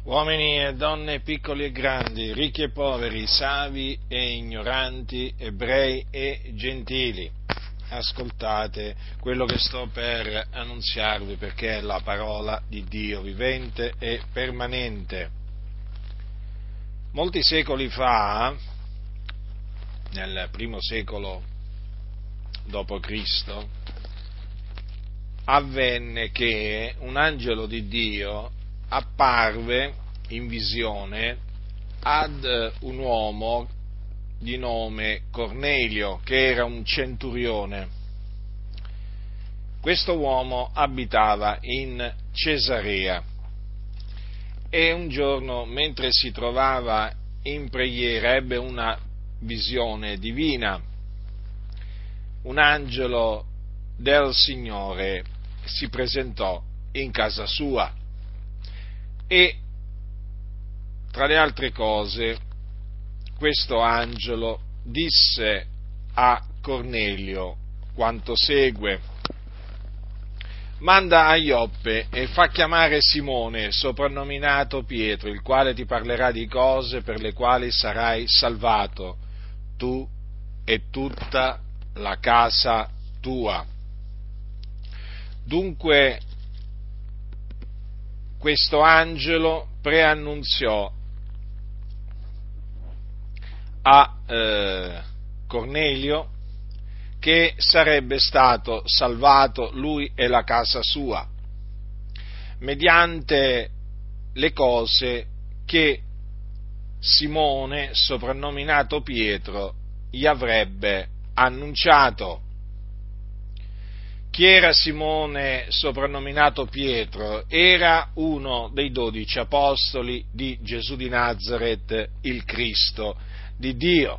Uomini e donne, piccoli e grandi, ricchi e poveri, savi e ignoranti, ebrei e gentili, ascoltate quello che sto per annunziarvi, perché è la parola di Dio vivente e permanente. Molti secoli fa, nel primo secolo d.C., avvenne che un angelo di Dio apparve in visione ad un uomo di nome Cornelio, che era un centurione. Questo uomo abitava in Cesarea e un giorno, mentre si trovava in preghiera, ebbe una visione divina. Un angelo del Signore si presentò in casa sua e, tra le altre cose, questo angelo disse a Cornelio quanto segue: manda a Ioppe e fa chiamare Simone, soprannominato Pietro, il quale ti parlerà di cose per le quali sarai salvato, tu e tutta la casa tua. Dunque, questo angelo preannunziò a Cornelio che sarebbe stato salvato lui e la casa sua, mediante le cose che Simone, soprannominato Pietro, gli avrebbe annunciato. Chi era Simone, soprannominato Pietro? Era uno dei 12 apostoli di Gesù di Nazaret, il Cristo di Dio.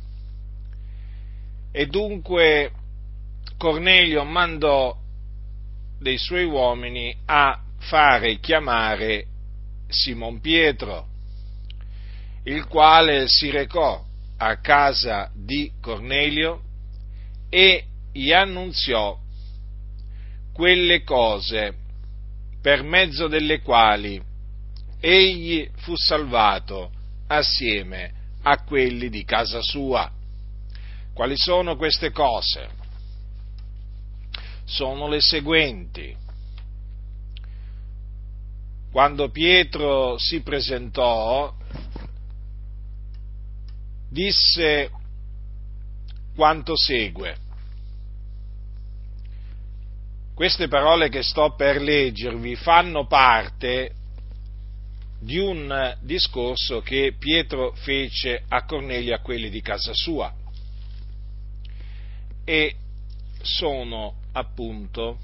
E dunque Cornelio mandò dei suoi uomini a fare chiamare Simon Pietro, il quale si recò a casa di Cornelio e gli annunziò quelle cose per mezzo delle quali egli fu salvato assieme a quelli di casa sua. Quali sono queste cose? Sono le seguenti. Quando Pietro si presentò, disse quanto segue. Queste parole che sto per leggervi fanno parte di un discorso che Pietro fece a Cornelio e a quelli di casa sua, e sono appunto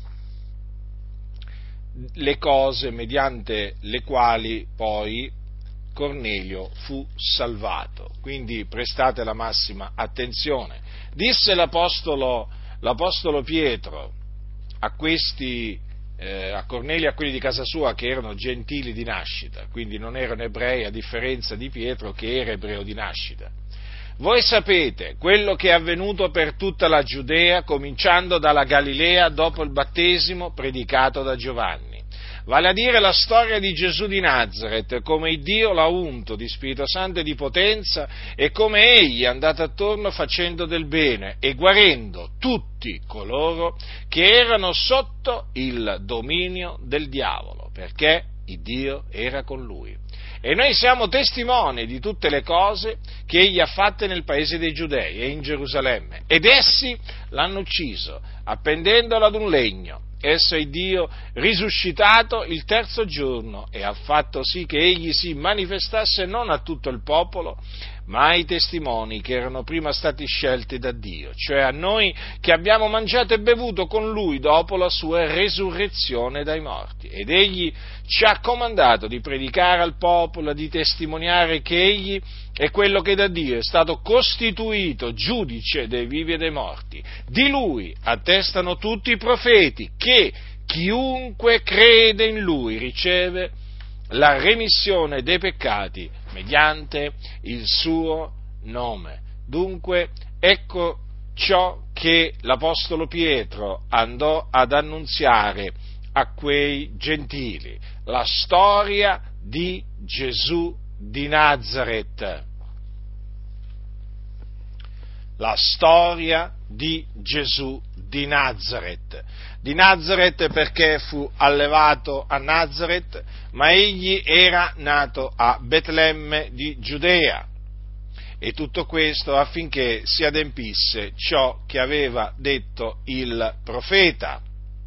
le cose mediante le quali poi Cornelio fu salvato. Quindi prestate la massima attenzione. Disse l'apostolo Pietro a Cornelio e a quelli di casa sua, che erano gentili di nascita, quindi non erano ebrei, a differenza di Pietro che era ebreo di nascita: voi sapete quello che è avvenuto per tutta la Giudea, cominciando dalla Galilea dopo il battesimo predicato da Giovanni, vale a dire la storia di Gesù di Nazaret, come Dio l'ha unto di Spirito Santo e di potenza, e come egli è andato attorno facendo del bene e guarendo tutti coloro che erano sotto il dominio del diavolo, perché il Dio era con lui. E noi siamo testimoni di tutte le cose che egli ha fatte nel paese dei Giudei e in Gerusalemme. Ed essi l'hanno ucciso, appendendolo ad un legno. Esso è Dio risuscitato il terzo giorno e ha fatto sì che egli si manifestasse non a tutto il popolo, ma ai testimoni che erano prima stati scelti da Dio, cioè a noi che abbiamo mangiato e bevuto con lui dopo la sua resurrezione dai morti. Ed egli ci ha comandato di predicare al popolo, di testimoniare che egli è quello che da Dio è stato costituito giudice dei vivi e dei morti. Di lui attestano tutti i profeti che chiunque crede in lui riceve la remissione dei peccati mediante il suo nome. Dunque, ecco ciò che l'Apostolo Pietro andò ad annunziare a quei gentili: la storia di Gesù di Nazaret. La storia di Gesù di Nazaret perché fu allevato a Nazaret, ma egli era nato a Betlemme di Giudea, e tutto questo affinché si adempisse ciò che aveva detto il profeta.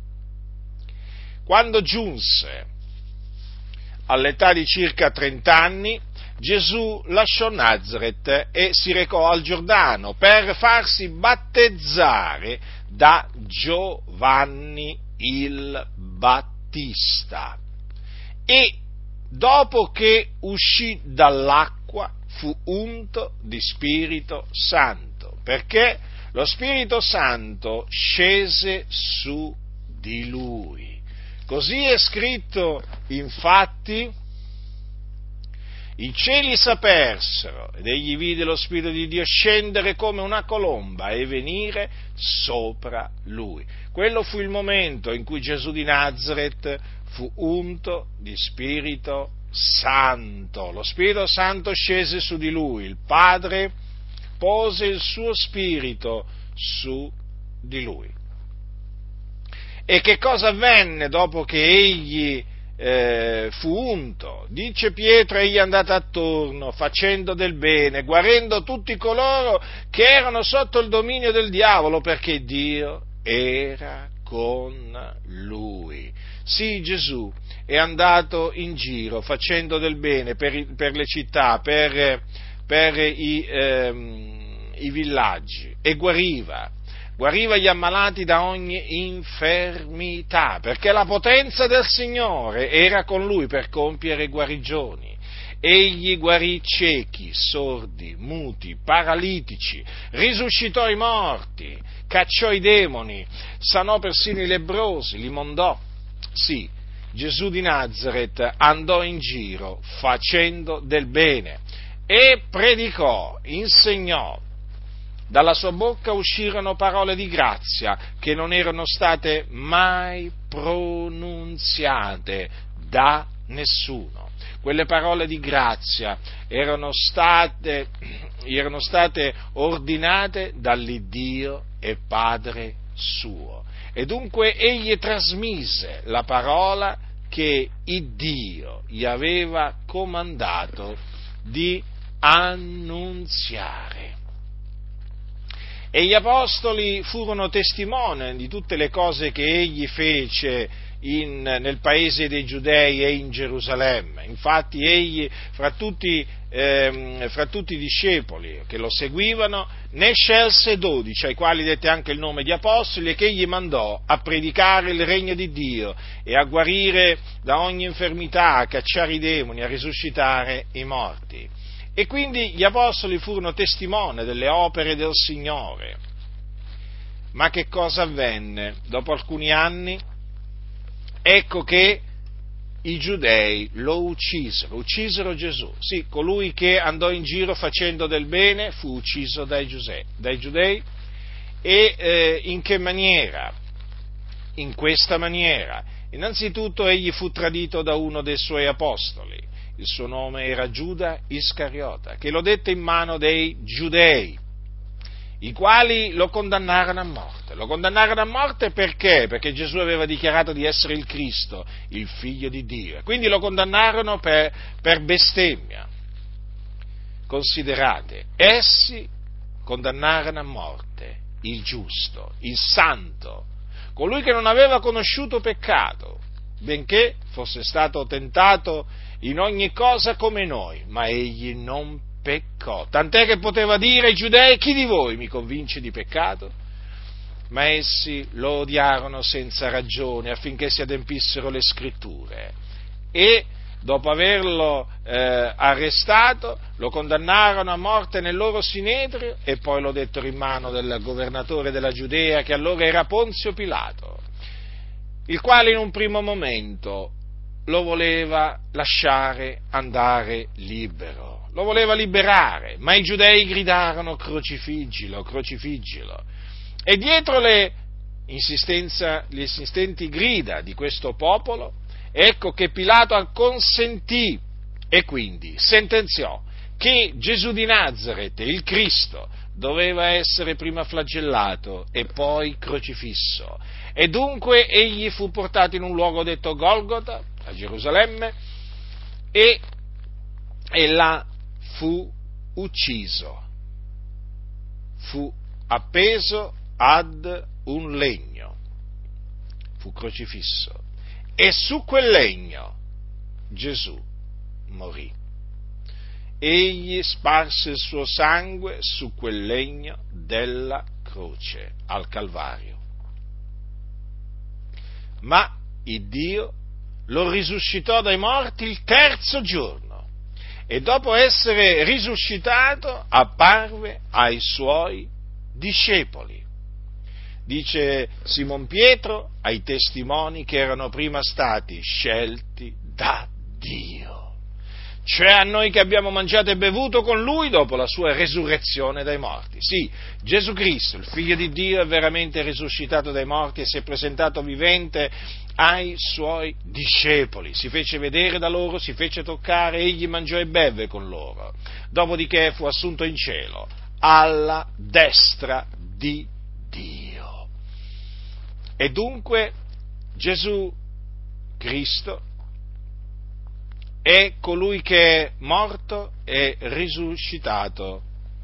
Quando giunse all'età di circa 30 anni, Gesù lasciò Nazaret e si recò al Giordano per farsi battezzare da Giovanni il Battista. E dopo che uscì dall'acqua fu unto di Spirito Santo, perché lo Spirito Santo scese su di lui. Così è scritto, infatti: i cieli s'apersero ed egli vide lo Spirito di Dio scendere come una colomba e venire sopra lui. Quello fu il momento in cui Gesù di Nazaret fu unto di Spirito Santo. Lo Spirito Santo scese su di lui, il Padre pose il suo Spirito su di lui. E che cosa avvenne dopo che egli fu unto? Dice Pietro: egli è andato attorno facendo del bene, guarendo tutti coloro che erano sotto il dominio del diavolo, perché Dio era con lui. Sì, Gesù è andato in giro facendo del bene per le città, per i villaggi, e guariva gli ammalati da ogni infermità, perché la potenza del Signore era con lui per compiere guarigioni. Egli guarì ciechi, sordi, muti, paralitici, risuscitò i morti, cacciò i demoni, sanò persino i lebbrosi, li mondò. Sì, Gesù di Nazaret andò in giro facendo del bene e predicò, insegnò. Dalla sua bocca uscirono parole di grazia che non erano state mai pronunziate da nessuno. Quelle parole di grazia erano state ordinate dall'Iddio e Padre suo. E dunque egli trasmise la parola che Iddio gli aveva comandato di annunziare. E gli apostoli furono testimoni di tutte le cose che egli fece nel paese dei Giudei e in Gerusalemme. Infatti egli, fra tutti i discepoli che lo seguivano, ne scelse 12, ai quali dette anche il nome di apostoli, e che egli mandò a predicare il regno di Dio e a guarire da ogni infermità, a cacciare i demoni, a risuscitare i morti. E quindi gli apostoli furono testimoni delle opere del Signore. Ma che cosa avvenne? Dopo alcuni anni, ecco che i giudei lo uccisero Gesù. Sì, colui che andò in giro facendo del bene fu ucciso dai giudei. E in che maniera? In questa maniera. Innanzitutto egli fu tradito da uno dei suoi apostoli. Il suo nome era Giuda Iscariota, che lo dette in mano dei giudei, i quali lo condannarono a morte. Lo condannarono a morte perché? Perché Gesù aveva dichiarato di essere il Cristo, il Figlio di Dio. Quindi lo condannarono per bestemmia. Considerate, essi condannarono a morte il giusto, il santo, colui che non aveva conosciuto peccato, benché fosse stato tentato in ogni cosa come noi, ma egli non peccò. Tant'è che poteva dire ai giudei: chi di voi mi convince di peccato? Ma essi lo odiarono senza ragione, affinché si adempissero le scritture. E dopo averlo arrestato, lo condannarono a morte nel loro sinedrio e poi lo dettero in mano del governatore della Giudea, che allora era Ponzio Pilato, il quale in un primo momento lo voleva lasciare andare libero, lo voleva liberare, ma i giudei gridarono: crocifiggilo, crocifiggilo. E dietro le insistenti grida di questo popolo, ecco che Pilato acconsentì e quindi sentenziò che Gesù di Nazaret, il Cristo, doveva essere prima flagellato e poi crocifisso. E dunque egli fu portato in un luogo detto Golgota, a Gerusalemme, e là fu ucciso. Fu appeso ad un legno, fu crocifisso, e su quel legno Gesù morì. Egli sparse il suo sangue su quel legno della croce al Calvario. Ma il Dio lo risuscitò dai morti il terzo giorno e dopo essere risuscitato apparve ai suoi discepoli. Dice Simon Pietro ai testimoni che erano prima stati scelti da Dio. Cioè a noi che abbiamo mangiato e bevuto con Lui dopo la sua resurrezione dai morti. Sì, Gesù Cristo, il Figlio di Dio, è veramente risuscitato dai morti e si è presentato vivente ai Suoi discepoli. Si fece vedere da loro, si fece toccare, egli mangiò e beve con loro. Dopodiché fu assunto in cielo, alla destra di Dio. E dunque Gesù Cristo è colui che è morto e risuscitato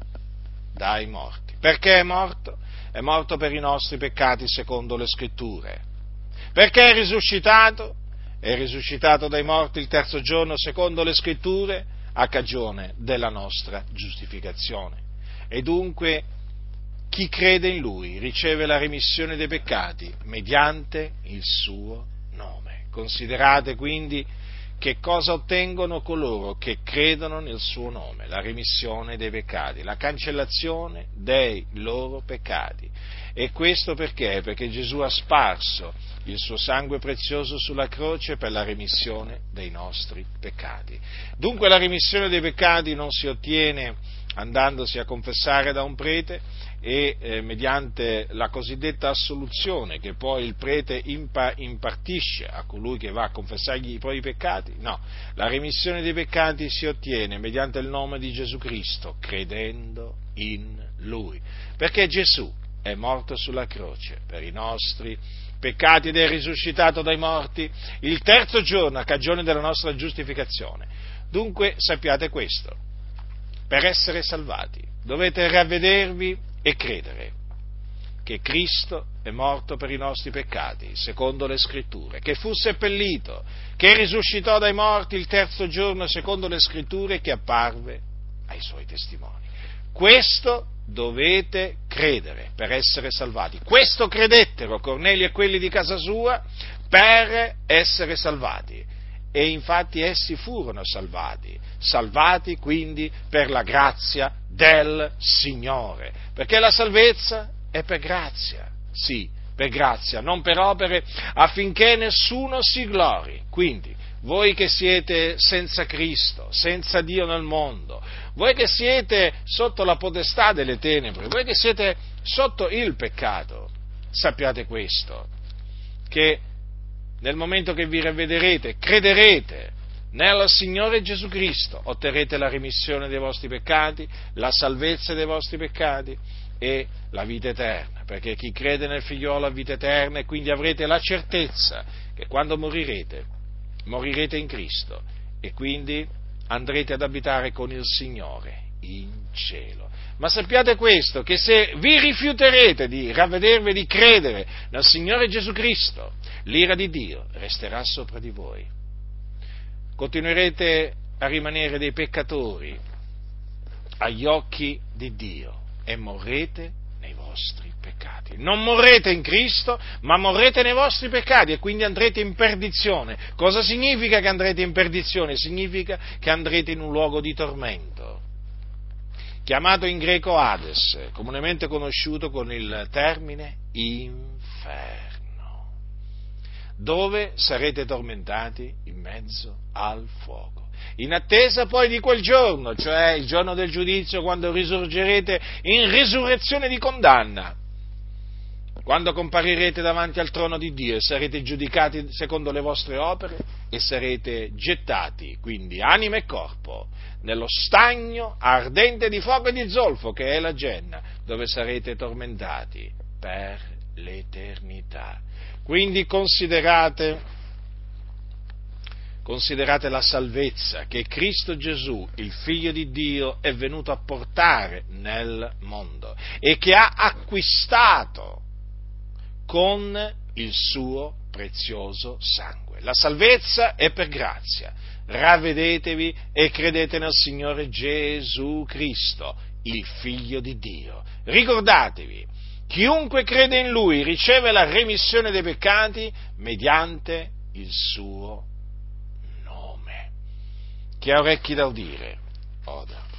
dai morti. Perché è morto? È morto per i nostri peccati secondo le Scritture. Perché è risuscitato? È risuscitato dai morti il terzo giorno secondo le Scritture a cagione della nostra giustificazione. E dunque chi crede in Lui riceve la remissione dei peccati mediante il suo nome. Considerate quindi che cosa ottengono coloro che credono nel suo nome: la remissione dei peccati, la cancellazione dei loro peccati. E questo perché? Perché Gesù ha sparso il suo sangue prezioso sulla croce per la remissione dei nostri peccati. Dunque la remissione dei peccati non si ottiene andandosi a confessare da un prete e mediante la cosiddetta assoluzione che poi il prete impartisce a colui che va a confessargli i propri peccati. No, la remissione dei peccati si ottiene mediante il nome di Gesù Cristo, credendo in Lui, perché Gesù è morto sulla croce per i nostri peccati ed è risuscitato dai morti il terzo giorno a cagione della nostra giustificazione. Dunque sappiate questo: per essere salvati dovete ravvedervi e credere che Cristo è morto per i nostri peccati, secondo le Scritture, che fu seppellito, che risuscitò dai morti il terzo giorno, secondo le Scritture, e che apparve ai Suoi testimoni. Questo dovete credere per essere salvati. Questo credettero Cornelio e quelli di casa sua per essere salvati. E infatti essi furono salvati quindi per la grazia del Signore, perché la salvezza è per grazia, sì, per grazia, non per opere, affinché nessuno si glori. Quindi, voi che siete senza Cristo, senza Dio nel mondo, voi che siete sotto la potestà delle tenebre, voi che siete sotto il peccato, sappiate questo, che nel momento che vi ravvederete, crederete nel Signore Gesù Cristo, otterrete la remissione dei vostri peccati, la salvezza dei vostri peccati e la vita eterna, perché chi crede nel Figliolo ha vita eterna e quindi avrete la certezza che quando morirete in Cristo e quindi andrete ad abitare con il Signore in cielo. Ma sappiate questo, che se vi rifiuterete di ravvedervi e di credere nel Signore Gesù Cristo, l'ira di Dio resterà sopra di voi. Continuerete a rimanere dei peccatori agli occhi di Dio e morrete nei vostri peccati. Non morrete in Cristo, ma morrete nei vostri peccati e quindi andrete in perdizione. Cosa significa che andrete in perdizione? Significa che andrete in un luogo di tormento, chiamato in greco Hades, comunemente conosciuto con il termine inferno, dove sarete tormentati in mezzo al fuoco, in attesa poi di quel giorno, cioè il giorno del giudizio, quando risorgerete in risurrezione di condanna. quando comparirete davanti al trono di Dio e sarete giudicati secondo le vostre opere e sarete gettati, quindi anima e corpo, nello stagno ardente di fuoco e di zolfo che è la Genna, dove sarete tormentati per l'eternità. Quindi considerate la salvezza che Cristo Gesù, il Figlio di Dio, è venuto a portare nel mondo e che ha acquistato con il suo prezioso sangue. La salvezza è per grazia. Ravvedetevi e credete nel Signore Gesù Cristo, il Figlio di Dio. Ricordatevi, chiunque crede in Lui riceve la remissione dei peccati mediante il suo nome. Chi ha orecchi da udire, oda.